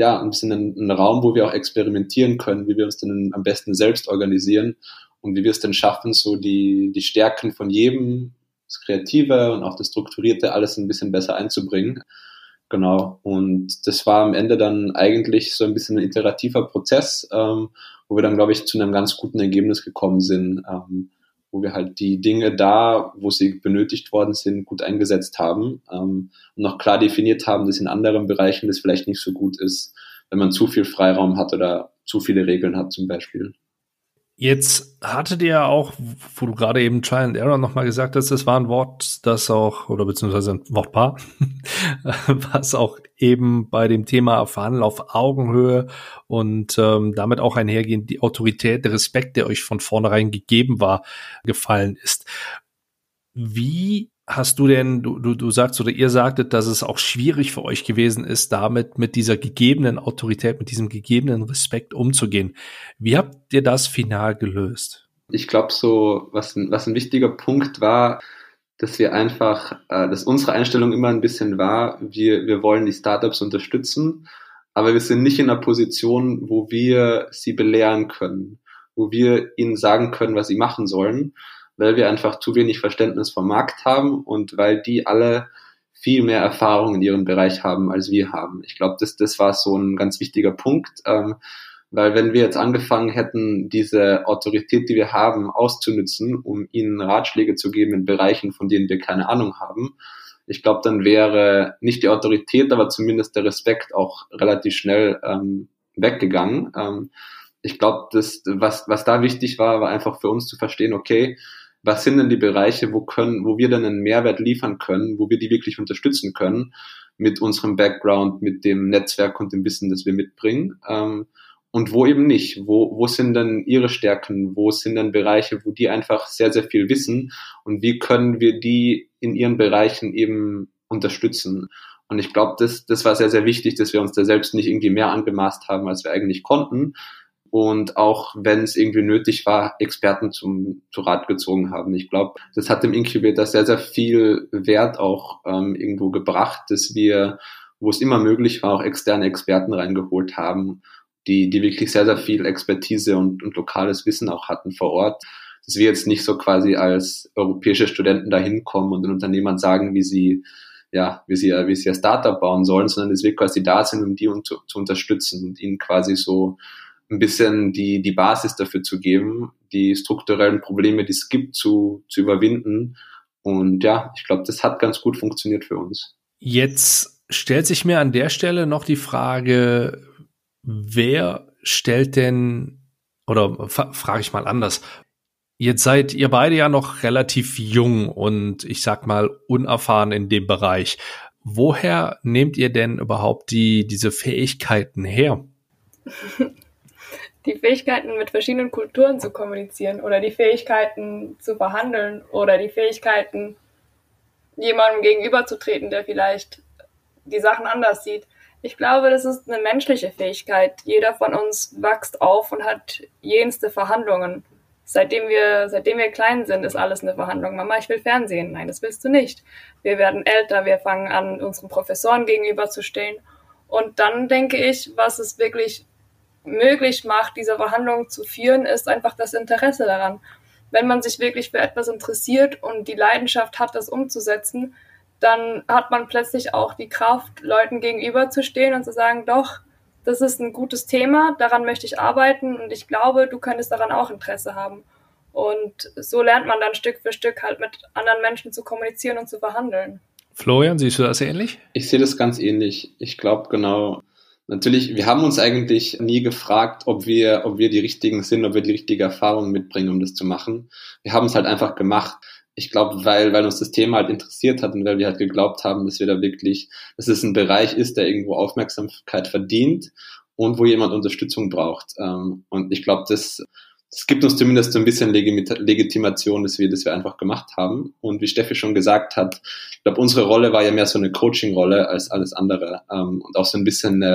ein Raum, wo wir auch experimentieren können, wie wir uns denn am besten selbst organisieren und wie wir es denn schaffen, so die Stärken von jedem, das Kreative und auch das Strukturierte, alles ein bisschen besser einzubringen. Genau. Und das war am Ende dann eigentlich so ein bisschen ein iterativer Prozess, wo wir dann, glaube ich, zu einem ganz guten Ergebnis gekommen sind, wo wir halt die Dinge da, wo sie benötigt worden sind, gut eingesetzt haben, und noch klar definiert haben, dass in anderen Bereichen das vielleicht nicht so gut ist, wenn man zu viel Freiraum hat oder zu viele Regeln hat zum Beispiel. Jetzt hattet ihr ja auch, wo du gerade eben Trial and Error nochmal gesagt hast, das war ein Wort, das auch, oder beziehungsweise ein Wortpaar, was auch eben bei dem Thema Verhandeln auf Augenhöhe und damit auch einhergehend die Autorität, der Respekt, der euch von vornherein gegeben war, gefallen ist. Wie hast du denn, du sagst oder ihr sagtet, dass es auch schwierig für euch gewesen ist, damit mit dieser gegebenen Autorität, mit diesem gegebenen Respekt umzugehen. Wie habt ihr das final gelöst? Ich glaube so, was ein wichtiger Punkt war, dass wir einfach, dass unsere Einstellung immer ein bisschen war, wir wollen die Startups unterstützen, aber wir sind nicht in einer Position, wo wir sie belehren können, wo wir ihnen sagen können, was sie machen sollen, weil wir einfach zu wenig Verständnis vom Markt haben und weil die alle viel mehr Erfahrung in ihrem Bereich haben, als wir haben. Ich glaube, das war so ein ganz wichtiger Punkt, weil wenn wir jetzt angefangen hätten, diese Autorität, die wir haben, auszunützen, um ihnen Ratschläge zu geben in Bereichen, von denen wir keine Ahnung haben, ich glaube, dann wäre nicht die Autorität, aber zumindest der Respekt auch relativ schnell weggegangen. Ich glaube, was da wichtig war, war einfach für uns zu verstehen, okay, was sind denn die Bereiche, wo wir dann einen Mehrwert liefern können, wo wir die wirklich unterstützen können mit unserem Background, mit dem Netzwerk und dem Wissen, das wir mitbringen, und wo eben nicht. Wo sind denn ihre Stärken? Wo sind denn Bereiche, wo die einfach sehr, sehr viel wissen und wie können wir die in ihren Bereichen eben unterstützen? Und ich glaube, das war sehr, sehr wichtig, dass wir uns da selbst nicht irgendwie mehr angemaßt haben, als wir eigentlich konnten. Und auch wenn es irgendwie nötig war, Experten zu Rat gezogen haben. Ich glaube, das hat dem Incubator sehr, sehr viel Wert auch irgendwo gebracht, dass wir, wo es immer möglich war, auch externe Experten reingeholt haben, die wirklich sehr, sehr viel Expertise und lokales Wissen auch hatten vor Ort. Dass wir jetzt nicht so quasi als europäische Studenten da hinkommen und den Unternehmern sagen, wie sie ihr Startup bauen sollen, sondern dass wir quasi da sind, um die zu unterstützen und ihnen quasi so ein bisschen die Basis dafür zu geben, die strukturellen Probleme, die es gibt, zu überwinden. Und ja, ich glaube, das hat ganz gut funktioniert für uns. Jetzt stellt sich mir an der Stelle noch die Frage, wer stellt denn, oder frage ich mal anders, jetzt seid ihr beide ja noch relativ jung und ich sag mal unerfahren in dem Bereich. Woher nehmt ihr denn überhaupt diese Fähigkeiten her? Die Fähigkeiten, mit verschiedenen Kulturen zu kommunizieren oder die Fähigkeiten zu verhandeln oder die Fähigkeiten, jemandem gegenüberzutreten, der vielleicht die Sachen anders sieht. Ich glaube, das ist eine menschliche Fähigkeit. Jeder von uns wächst auf und hat jenste Verhandlungen. Seitdem wir klein sind, ist alles eine Verhandlung. Mama, ich will Fernsehen. Nein, das willst du nicht. Wir werden älter, wir fangen an, unseren Professoren gegenüberzustehen. Und dann denke ich, was es wirklich möglich macht, diese Verhandlungen zu führen, ist einfach das Interesse daran. Wenn man sich wirklich für etwas interessiert und die Leidenschaft hat, das umzusetzen, dann hat man plötzlich auch die Kraft, Leuten gegenüberzustehen und zu sagen, doch, das ist ein gutes Thema, daran möchte ich arbeiten und ich glaube, du könntest daran auch Interesse haben. Und so lernt man dann Stück für Stück halt mit anderen Menschen zu kommunizieren und zu verhandeln. Florian, siehst du das ähnlich? Ich sehe das ganz ähnlich. Ich glaube genau. Natürlich, wir haben uns eigentlich nie gefragt, ob wir die Richtigen sind, ob wir die richtige Erfahrung mitbringen, um das zu machen. Wir haben es halt einfach gemacht. Ich glaube, weil uns das Thema halt interessiert hat und weil wir halt geglaubt haben, dass dass es ein Bereich ist, der irgendwo Aufmerksamkeit verdient und wo jemand Unterstützung braucht. Und ich glaube, das gibt uns zumindest so ein bisschen Legitimation, dass wir einfach gemacht haben. Und wie Steffi schon gesagt hat, ich glaube, unsere Rolle war ja mehr so eine Coaching-Rolle als alles andere. Und auch so ein bisschen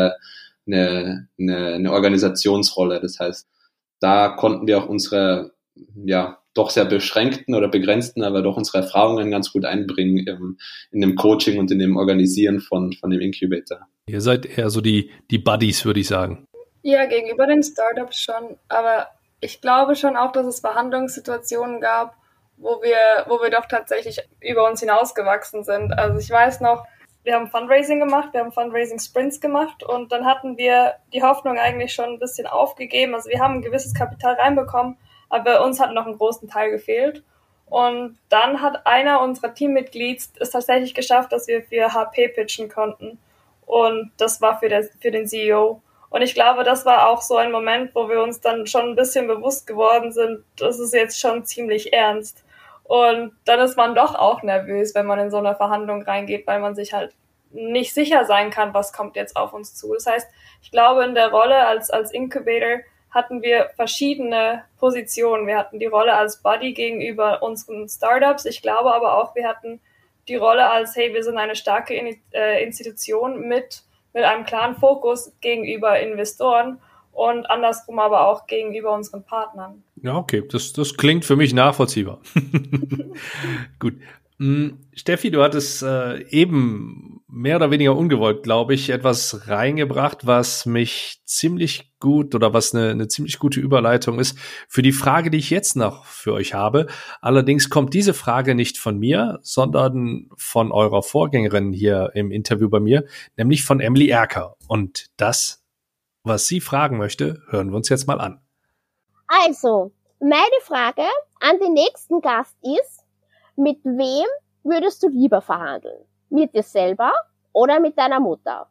eine Organisationsrolle. Das heißt, da konnten wir auch unsere, doch sehr beschränkten oder begrenzten, aber doch unsere Erfahrungen ganz gut einbringen in dem Coaching und in dem Organisieren von dem Incubator. Ihr seid eher so die Buddies, würde ich sagen. Ja, gegenüber den Startups schon, aber ich glaube schon auch, dass es Verhandlungssituationen gab, wo wir doch tatsächlich über uns hinausgewachsen sind. Also ich weiß noch, wir haben Fundraising gemacht, wir haben Fundraising-Sprints gemacht und dann hatten wir die Hoffnung eigentlich schon ein bisschen aufgegeben. Also wir haben ein gewisses Kapital reinbekommen, aber uns hat noch einen großen Teil gefehlt. Und dann hat einer unserer Teammitglieder es tatsächlich geschafft, dass wir für HP pitchen konnten. Und das war für den CEO. Und ich glaube, das war auch so ein Moment, wo wir uns dann schon ein bisschen bewusst geworden sind, das ist jetzt schon ziemlich ernst. Und dann ist man doch auch nervös, wenn man in so eine Verhandlung reingeht, weil man sich halt nicht sicher sein kann, was kommt jetzt auf uns zu. Das heißt, ich glaube, in der Rolle als Incubator hatten wir verschiedene Positionen. Wir hatten die Rolle als Buddy gegenüber unseren Startups. Ich glaube aber auch, wir hatten die Rolle als, hey, wir sind eine starke Institution mit einem klaren Fokus gegenüber Investoren und andersrum aber auch gegenüber unseren Partnern. Ja, okay, das klingt für mich nachvollziehbar. Gut. Steffi, du hattest eben mehr oder weniger ungewollt, glaube ich, etwas reingebracht, was mich ziemlich gut oder was eine ziemlich gute Überleitung ist für die Frage, die ich jetzt noch für euch habe. Allerdings kommt diese Frage nicht von mir, sondern von eurer Vorgängerin hier im Interview bei mir, nämlich von Emily Erker. Und das, was sie fragen möchte, hören wir uns jetzt mal an. Also, meine Frage an den nächsten Gast ist, mit wem würdest du lieber verhandeln? Mit dir selber oder mit deiner Mutter?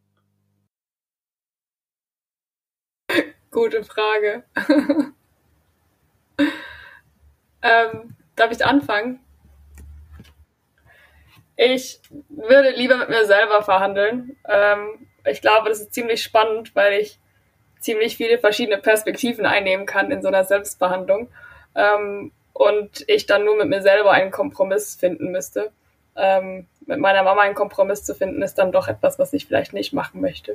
Gute Frage. Darf ich anfangen? Ich würde lieber mit mir selber verhandeln. Ich glaube, das ist ziemlich spannend, weil ich ziemlich viele verschiedene Perspektiven einnehmen kann in so einer Selbstverhandlung. Und ich dann nur mit mir selber einen Kompromiss finden müsste. Mit meiner Mama einen Kompromiss zu finden, ist dann doch etwas, was ich vielleicht nicht machen möchte.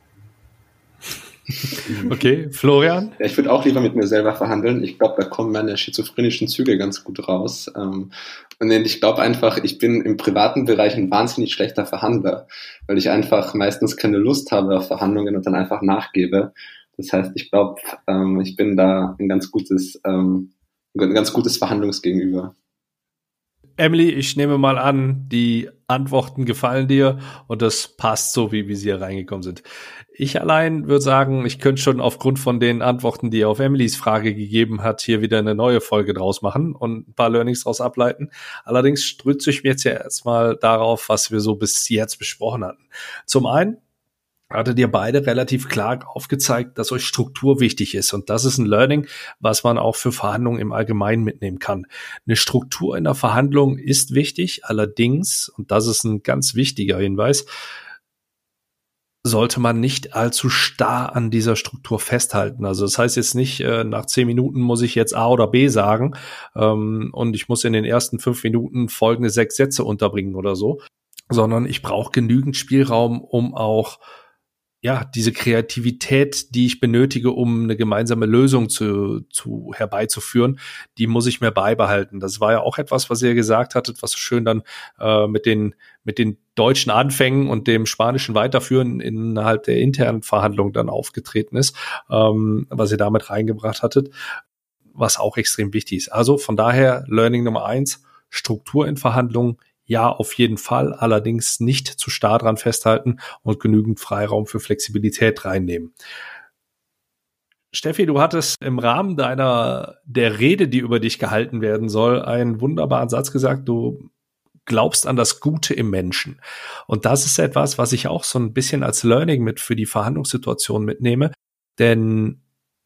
Okay, Florian? Ja, ich würde auch lieber mit mir selber verhandeln. Ich glaube, da kommen meine schizophrenischen Züge ganz gut raus. Und ich glaube einfach, ich bin im privaten Bereich ein wahnsinnig schlechter Verhandler, weil ich einfach meistens keine Lust habe auf Verhandlungen und dann einfach nachgebe. Das heißt, ich glaube, ich bin da ein ganz gutes Verhandlungsgegenüber. Emily, ich nehme mal an, die Antworten gefallen dir und das passt so, wie sie hier reingekommen sind. Ich allein würde sagen, ich könnte schon aufgrund von den Antworten, die er auf Emilys Frage gegeben hat, hier wieder eine neue Folge draus machen und ein paar Learnings draus ableiten. Allerdings stütze ich mir jetzt ja erstmal darauf, was wir so bis jetzt besprochen hatten. Zum einen hattet ihr beide relativ klar aufgezeigt, dass euch Struktur wichtig ist. Und das ist ein Learning, was man auch für Verhandlungen im Allgemeinen mitnehmen kann. Eine Struktur in der Verhandlung ist wichtig. Allerdings, und das ist ein ganz wichtiger Hinweis, sollte man nicht allzu starr an dieser Struktur festhalten. Also das heißt jetzt nicht, nach 10 Minuten muss ich jetzt A oder B sagen und ich muss in den ersten 5 Minuten folgende 6 Sätze unterbringen oder so, sondern ich brauche genügend Spielraum, um auch diese Kreativität, die ich benötige, um eine gemeinsame Lösung herbeizuführen, die muss ich mir beibehalten. Das war ja auch etwas, was ihr gesagt hattet, was so schön dann mit den deutschen Anfängen und dem spanischen Weiterführen innerhalb der internen Verhandlung dann aufgetreten ist, was ihr damit reingebracht hattet, was auch extrem wichtig ist. Also von daher Learning Nummer 1, Struktur in Verhandlungen. Ja, auf jeden Fall, allerdings nicht zu starr dran festhalten und genügend Freiraum für Flexibilität reinnehmen. Steffi, du hattest im Rahmen der Rede, die über dich gehalten werden soll, einen wunderbaren Satz gesagt, du glaubst an das Gute im Menschen. Und das ist etwas, was ich auch so ein bisschen als Learning mit für die Verhandlungssituation mitnehme, denn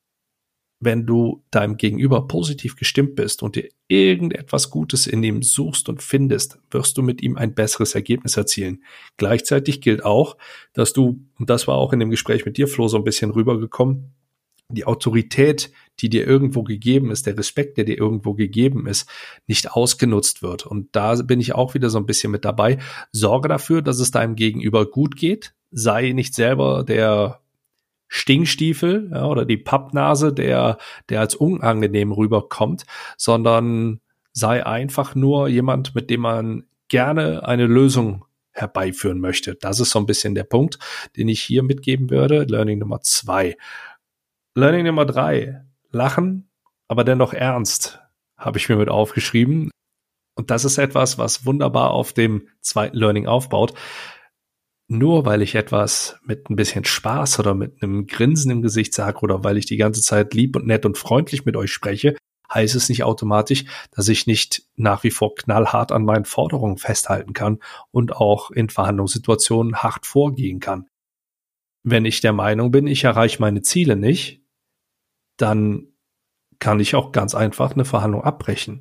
wenn du deinem Gegenüber positiv gestimmt bist und dir irgendetwas Gutes in ihm suchst und findest, wirst du mit ihm ein besseres Ergebnis erzielen. Gleichzeitig gilt auch, dass du, und das war auch in dem Gespräch mit dir, Flo, so ein bisschen rübergekommen, die Autorität, die dir irgendwo gegeben ist, der Respekt, der dir irgendwo gegeben ist, nicht ausgenutzt wird. Und da bin ich auch wieder so ein bisschen mit dabei. Sorge dafür, dass es deinem Gegenüber gut geht. Sei nicht selber der Stinkstiefel oder die Pappnase, der als unangenehm rüberkommt, sondern sei einfach nur jemand, mit dem man gerne eine Lösung herbeiführen möchte. Das ist so ein bisschen der Punkt, den ich hier mitgeben würde. Learning Nummer 2. Learning Nummer 3. Lachen, aber dennoch ernst, habe ich mir mit aufgeschrieben. Und das ist etwas, was wunderbar auf dem zweiten Learning aufbaut. Nur weil ich etwas mit ein bisschen Spaß oder mit einem Grinsen im Gesicht sage oder weil ich die ganze Zeit lieb und nett und freundlich mit euch spreche, heißt es nicht automatisch, dass ich nicht nach wie vor knallhart an meinen Forderungen festhalten kann und auch in Verhandlungssituationen hart vorgehen kann. wenn ich der Meinung bin, ich erreiche meine Ziele nicht, dann kann ich auch ganz einfach eine Verhandlung abbrechen.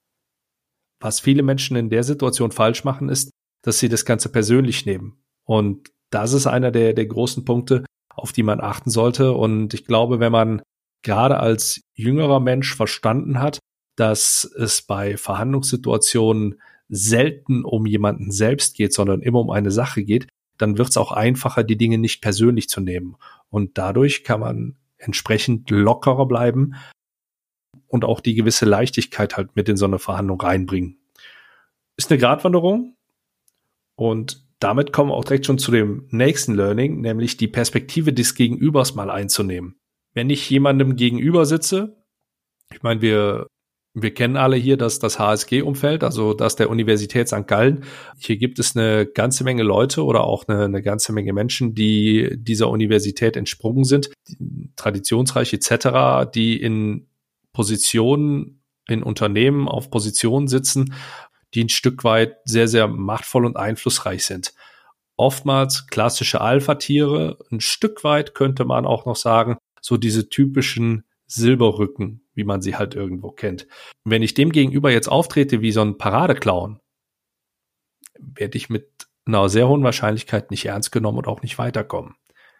Was viele Menschen in der Situation falsch machen, ist, dass sie das Ganze persönlich nehmen. Und das ist einer der großen Punkte, auf die man achten sollte. Und ich glaube, wenn man gerade als jüngerer Mensch verstanden hat, dass es bei Verhandlungssituationen selten um jemanden selbst geht, sondern immer um eine Sache geht, dann wird es auch einfacher, die Dinge nicht persönlich zu nehmen. Und dadurch kann man entsprechend lockerer bleiben und auch die gewisse Leichtigkeit halt mit in so eine Verhandlung reinbringen. Ist eine Gratwanderung und damit kommen wir auch direkt schon zu dem nächsten Learning, nämlich die Perspektive des Gegenübers mal einzunehmen. Wenn ich jemandem gegenüber sitze, ich meine, wir kennen alle hier das HSG-Umfeld, also das der Universität St. Gallen. Hier gibt es eine ganze Menge Leute oder auch eine ganze Menge Menschen, die dieser Universität entsprungen sind, traditionsreich etc., die in Positionen, in Unternehmen auf Positionen sitzen, die ein Stück weit sehr, sehr machtvoll und einflussreich sind. Oftmals klassische Alpha-Tiere, ein Stück weit könnte man auch noch sagen, so diese typischen Silberrücken, wie man sie halt irgendwo kennt. Wenn ich dem gegenüber jetzt auftrete wie so ein Paradeclown, werde ich mit einer sehr hohen Wahrscheinlichkeit nicht ernst genommen und auch nicht weiterkommen.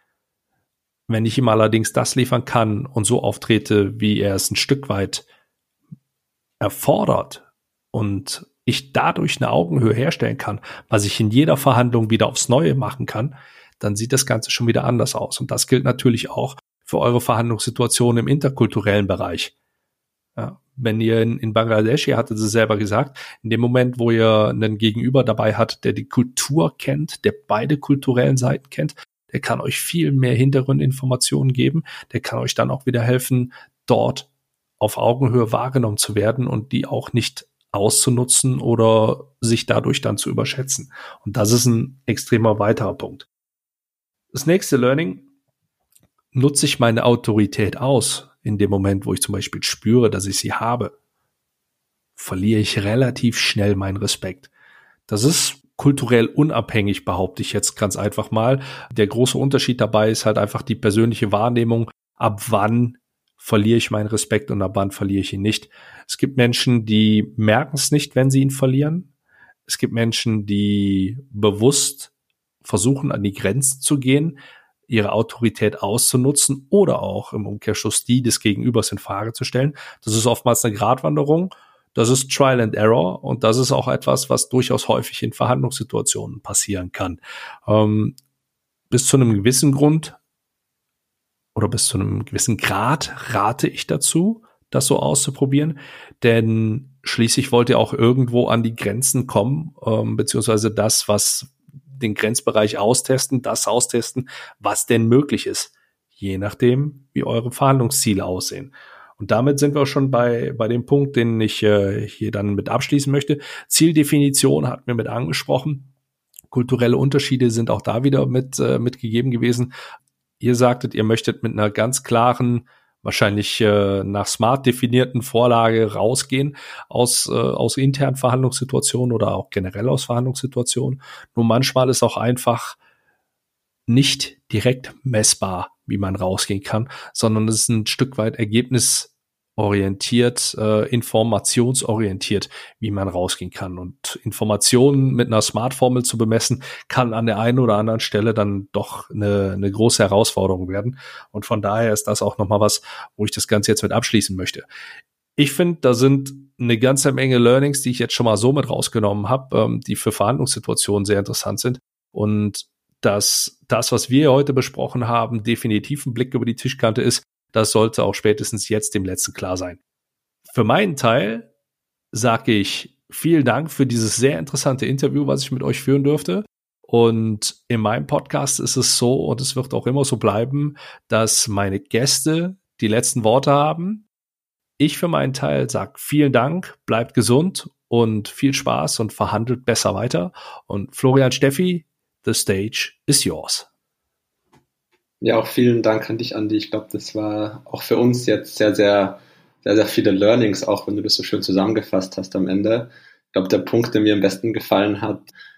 Wenn ich ihm allerdings das liefern kann und so auftrete, wie er es ein Stück weit erfordert und ich dadurch eine Augenhöhe herstellen kann, was ich in jeder Verhandlung wieder aufs Neue machen kann, dann sieht das Ganze schon wieder anders aus. Und das gilt natürlich auch für eure Verhandlungssituation im interkulturellen Bereich. Ja, wenn ihr in Bangladesch, ihr hattet es selber gesagt, in dem Moment, wo ihr einen Gegenüber dabei habt, der die Kultur kennt, der beide kulturellen Seiten kennt, der kann euch viel mehr Hintergrundinformationen geben, der kann euch dann auch wieder helfen, dort auf Augenhöhe wahrgenommen zu werden und die auch nicht auszunutzen oder sich dadurch dann zu überschätzen. Und das ist ein extremer weiterer Punkt. Das nächste Learning: Nutze ich meine Autorität aus in dem Moment, wo ich zum Beispiel spüre, dass ich sie habe, verliere ich relativ schnell meinen Respekt. Das ist kulturell unabhängig, behaupte ich jetzt ganz einfach mal. Der große Unterschied dabei ist halt einfach die persönliche Wahrnehmung, ab wann verliere ich meinen Respekt und ab wann verliere ich ihn nicht. Es gibt Menschen, die merken es nicht, wenn sie ihn verlieren. Es gibt Menschen, die bewusst versuchen, an die Grenzen zu gehen, ihre Autorität auszunutzen oder auch im Umkehrschluss die des Gegenübers in Frage zu stellen. Das ist oftmals eine Gratwanderung. Das ist Trial and Error und das ist auch etwas, was durchaus häufig in Verhandlungssituationen passieren kann. Bis zu einem gewissen Grund oder bis zu einem gewissen Grad rate ich dazu, das so auszuprobieren, denn schließlich wollt ihr auch irgendwo an die Grenzen kommen, beziehungsweise das, was den Grenzbereich austesten, was denn möglich ist, je nachdem, wie eure Verhandlungsziele aussehen. Und damit sind wir schon bei dem Punkt, den ich hier dann mit abschließen möchte. Zieldefinition hatten wir mit angesprochen. Kulturelle Unterschiede sind auch da wieder mit gegeben gewesen. Ihr sagtet, ihr möchtet mit einer ganz klaren, wahrscheinlich nach Smart definierten Vorlage rausgehen aus internen Verhandlungssituationen oder auch generell aus Verhandlungssituationen. Nur manchmal ist auch einfach nicht direkt messbar, wie man rausgehen kann, sondern es ist ein Stück weit ergebnisorientiert, informationsorientiert, wie man rausgehen kann. Und Informationen mit einer Smart-Formel zu bemessen, kann an der einen oder anderen Stelle dann doch eine große Herausforderung werden. Und von daher ist das auch nochmal was, wo ich das Ganze jetzt mit abschließen möchte. Ich finde, da sind eine ganze Menge Learnings, die ich jetzt schon mal so mit rausgenommen habe, die für Verhandlungssituationen sehr interessant sind. Und dass das, was wir heute besprochen haben, definitiv ein Blick über die Tischkante ist, das sollte auch spätestens jetzt dem Letzten klar sein. Für meinen Teil sage ich vielen Dank für dieses sehr interessante Interview, was ich mit euch führen durfte. Und in meinem Podcast ist es so, und es wird auch immer so bleiben, dass meine Gäste die letzten Worte haben. Ich für meinen Teil sage vielen Dank, bleibt gesund und viel Spaß und verhandelt besser weiter. Und Florian, Steffi, the stage is yours. Ja, auch vielen Dank an dich, Andi. Ich glaube, das war auch für uns jetzt sehr, sehr, sehr, sehr viele Learnings, auch wenn du das so schön zusammengefasst hast am Ende. Ich glaube, der Punkt, der mir am besten gefallen hat,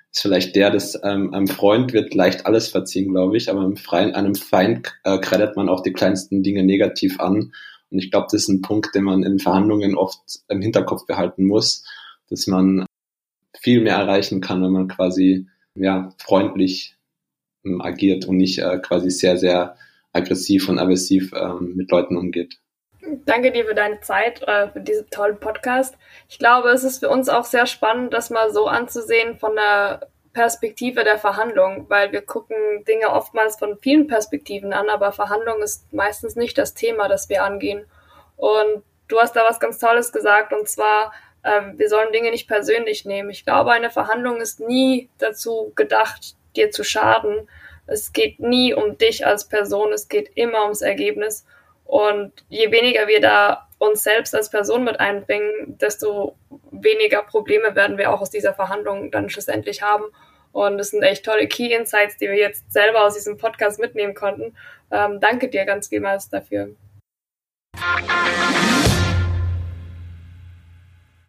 ist vielleicht der, dass einem Freund wird leicht alles verziehen, glaube ich, aber einem Feind kreidet man auch die kleinsten Dinge negativ an. Und ich glaube, das ist ein Punkt, den man in Verhandlungen oft im Hinterkopf behalten muss, dass man viel mehr erreichen kann, wenn man quasi freundlich agiert und nicht quasi sehr, sehr aggressiv und aversiv mit Leuten umgeht. Danke dir für deine Zeit, für diesen tollen Podcast. Ich glaube, es ist für uns auch sehr spannend, das mal so anzusehen von der Perspektive der Verhandlung, weil wir gucken Dinge oftmals von vielen Perspektiven an, aber Verhandlung ist meistens nicht das Thema, das wir angehen. Und du hast da was ganz Tolles gesagt, und zwar, wir sollen Dinge nicht persönlich nehmen. Ich glaube, eine Verhandlung ist nie dazu gedacht, dir zu schaden. Es geht nie um dich als Person, es geht immer ums Ergebnis. Und je weniger wir da uns selbst als Person mit einbringen, desto weniger Probleme werden wir auch aus dieser Verhandlung dann schlussendlich haben. Und das sind echt tolle Key Insights, die wir jetzt selber aus diesem Podcast mitnehmen konnten. Danke dir ganz vielmals dafür.